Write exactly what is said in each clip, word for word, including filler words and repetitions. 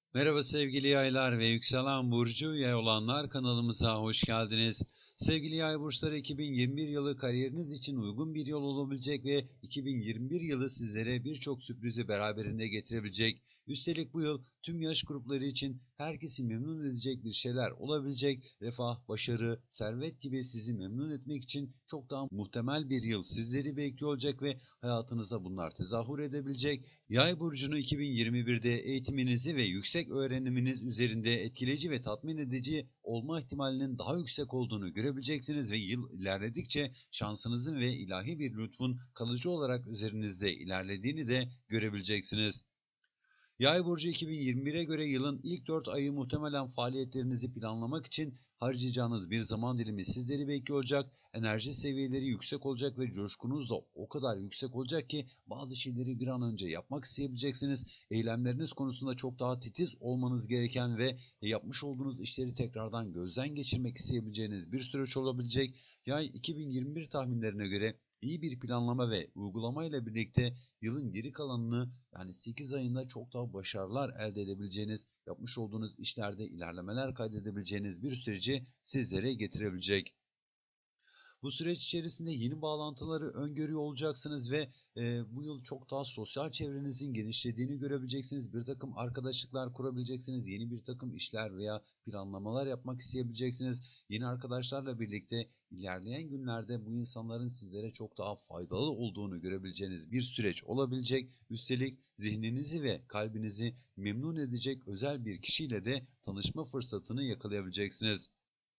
Merhaba sevgili yaylar ve yükselen burcu yay olanlar, kanalımıza hoş geldiniz. Sevgili yay burçları, iki bin yirmi bir yılı kariyeriniz için uygun bir yıl olabilecek ve iki bin yirmi bir yılı sizlere birçok sürprizi beraberinde getirebilecek. Üstelik bu yıl tüm yaş grupları için herkesi memnun edecek bir şeyler olabilecek. Refah, başarı, servet gibi sizi memnun etmek için çok daha muhtemel bir yıl sizleri bekliyor olacak ve hayatınıza bunlar tezahür edebilecek. Yay burcunu iki bin yirmi birde eğitiminizi ve yüksek öğreniminiz üzerinde etkileyici ve tatmin edici olma ihtimalinin daha yüksek olduğunu görebileceksiniz ve yıl ilerledikçe şansınızın ve ilahi bir lütfun kalıcı olarak üzerinizde ilerlediğini de görebileceksiniz. Yay burcu, iki bin yirmi bire göre yılın ilk dört ayı muhtemelen faaliyetlerinizi planlamak için harcayacağınız bir zaman dilimi sizleri bekliyor olacak. Enerji seviyeleri yüksek olacak ve coşkunuz da o kadar yüksek olacak ki bazı şeyleri bir an önce yapmak isteyebileceksiniz. Eylemleriniz konusunda çok daha titiz olmanız gereken ve yapmış olduğunuz işleri tekrardan gözden geçirmek isteyebileceğiniz bir süreç olabilecek. Yay iki bin yirmi bir tahminlerine göre iyi bir planlama ve uygulamayla birlikte yılın geri kalanını, yani sekiz ayında çok daha başarılar elde edebileceğiniz, yapmış olduğunuz işlerde ilerlemeler kaydedebileceğiniz bir süreci sizlere getirebilecek. Bu süreç içerisinde yeni bağlantıları öngörüyor olacaksınız ve e, bu yıl çok daha sosyal çevrenizin genişlediğini görebileceksiniz. Bir takım arkadaşlıklar kurabileceksiniz. Yeni bir takım işler veya planlamalar yapmak isteyebileceksiniz. Yeni arkadaşlarla birlikte ilerleyen günlerde bu insanların sizlere çok daha faydalı olduğunu görebileceğiniz bir süreç olabilecek. Üstelik zihninizi ve kalbinizi memnun edecek özel bir kişiyle de tanışma fırsatını yakalayabileceksiniz.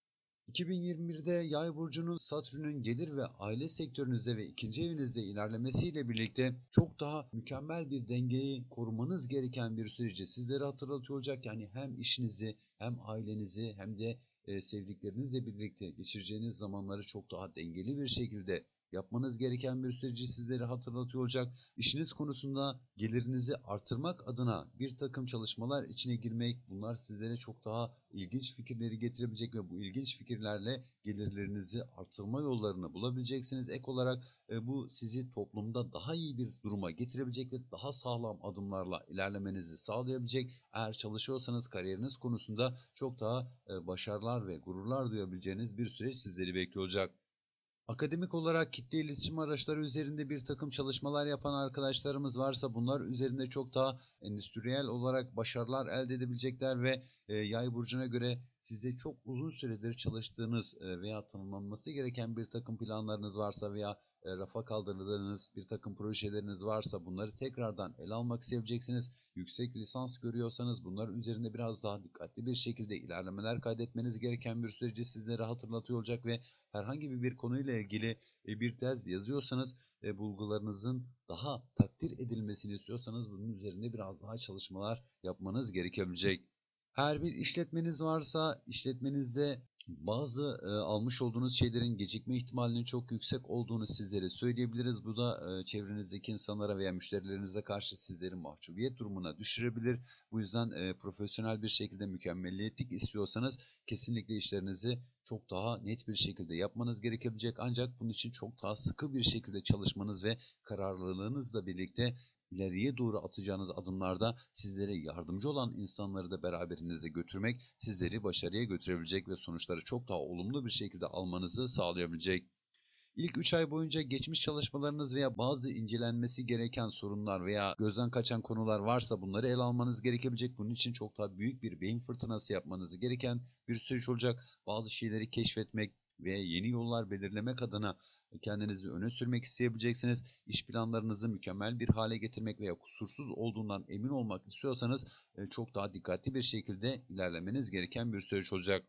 iki bin yirmi birde Yay burcunun Satürn'ün gelir ve aile sektörünüzde ve ikinci evinizde ilerlemesiyle birlikte çok daha mükemmel bir dengeyi korumanız gereken bir süreci sizlere hatırlatıyor olacak. Yani hem işinizi hem ailenizi hem de e, sevdiklerinizle birlikte geçireceğiniz zamanları çok daha dengeli bir şekilde yapmanız gereken bir süreci sizlere hatırlatıyor olacak. İşiniz konusunda gelirinizi artırmak adına bir takım çalışmalar içine girmek, bunlar sizlere çok daha ilginç fikirleri getirebilecek ve bu ilginç fikirlerle gelirlerinizi artırma yollarını bulabileceksiniz. Ek olarak e, bu sizi toplumda daha iyi bir duruma getirebilecek ve daha sağlam adımlarla ilerlemenizi sağlayabilecek. Eğer çalışıyorsanız kariyeriniz konusunda çok daha e, başarılar ve gururlar duyabileceğiniz bir süreç sizleri bekliyor olacak. Akademik olarak kitle iletişim araçları üzerinde bir takım çalışmalar yapan arkadaşlarımız varsa bunlar üzerinde çok daha endüstriyel olarak başarılar elde edebilecekler ve e, Yay burcuna göre size çok uzun süredir çalıştığınız e, veya tanımlanması gereken bir takım planlarınız varsa veya e, rafa kaldırdığınız bir takım projeleriniz varsa bunları tekrardan ele almak isteyebileceksiniz. Yüksek lisans görüyorsanız bunlar üzerinde biraz daha dikkatli bir şekilde ilerlemeler kaydetmeniz gereken bir süreci sizlere hatırlatıyor olacak ve herhangi bir konuyla ilgili bir tez yazıyorsanız e, bulgularınızın daha takdir edilmesini istiyorsanız bunun üzerinde biraz daha çalışmalar yapmanız gerekebilecek. Her bir işletmeniz varsa işletmenizde bazı e, almış olduğunuz şeylerin gecikme ihtimalinin çok yüksek olduğunu sizlere söyleyebiliriz. Bu da e, çevrenizdeki insanlara veya müşterilerinize karşı sizleri mahcubiyet durumuna düşürebilir. Bu yüzden e, profesyonel bir şekilde mükemmelliyetlik istiyorsanız kesinlikle işlerinizi çok daha net bir şekilde yapmanız gerekebilecek. Ancak bunun için çok daha sıkı bir şekilde çalışmanız ve kararlılığınızla birlikte ileriye doğru atacağınız adımlarda sizlere yardımcı olan insanları da beraberinizde götürmek sizleri başarıya götürebilecek ve sonuçları çok daha olumlu bir şekilde almanızı sağlayabilecek. İlk üç ay boyunca geçmiş çalışmalarınız veya bazı incelenmesi gereken sorunlar veya gözden kaçan konular varsa bunları ele almanız gerekebilecek. Bunun için çok daha büyük bir beyin fırtınası yapmanız gereken bir süreç olacak. Bazı şeyleri keşfetmek ve yeni yollar belirlemek adına kendinizi öne sürmek isteyebileceksiniz. İş planlarınızı mükemmel bir hale getirmek veya kusursuz olduğundan emin olmak istiyorsanız çok daha dikkatli bir şekilde ilerlemeniz gereken bir süreç olacak.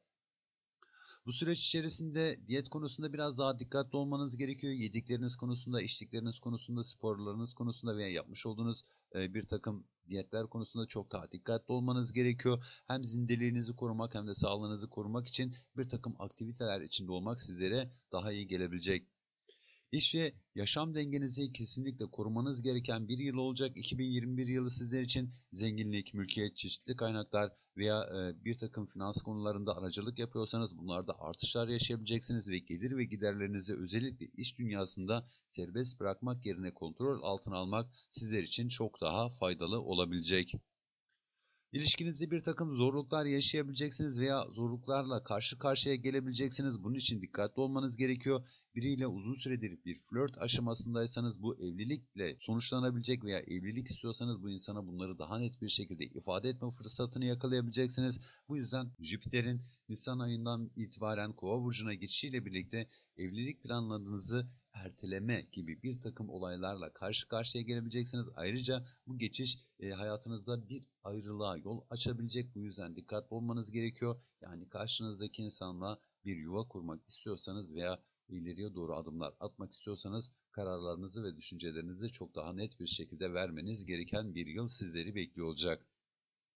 Bu süreç içerisinde diyet konusunda biraz daha dikkatli olmanız gerekiyor. Yedikleriniz konusunda, içtikleriniz konusunda, sporlarınız konusunda veya yapmış olduğunuz bir takım diyetler konusunda çok daha dikkatli olmanız gerekiyor. Hem zindeliğinizi korumak hem de sağlığınızı korumak için bir takım aktiviteler içinde olmak sizlere daha iyi gelebilecek. İş ve yaşam dengenizi kesinlikle korumanız gereken bir yıl olacak. iki bin yirmi bir yılı sizler için zenginlik, mülkiyet, çeşitli kaynaklar veya e, bir takım finans konularında aracılık yapıyorsanız bunlarda artışlar yaşayabileceksiniz ve gelir ve giderlerinizi özellikle iş dünyasında serbest bırakmak yerine kontrol altına almak sizler için çok daha faydalı olabilecek. İlişkinizde bir takım zorluklar yaşayabileceksiniz veya zorluklarla karşı karşıya gelebileceksiniz. Bunun için dikkatli olmanız gerekiyor. Biriyle uzun süredir bir flört aşamasındaysanız bu evlilikle sonuçlanabilecek veya evlilik istiyorsanız bu insana bunları daha net bir şekilde ifade etme fırsatını yakalayabileceksiniz. Bu yüzden Jüpiter'in Nisan ayından itibaren Kova burcuna geçişiyle birlikte evlilik planlarınızı erteleme gibi bir takım olaylarla karşı karşıya gelebileceksiniz. Ayrıca bu geçiş e, hayatınızda bir ayrılığa yol açabilecek. Bu yüzden dikkatli olmanız gerekiyor. Yani karşınızdaki insanla bir yuva kurmak istiyorsanız veya ileriye doğru adımlar atmak istiyorsanız kararlarınızı ve düşüncelerinizi çok daha net bir şekilde vermeniz gereken bir yıl sizleri bekliyor olacak.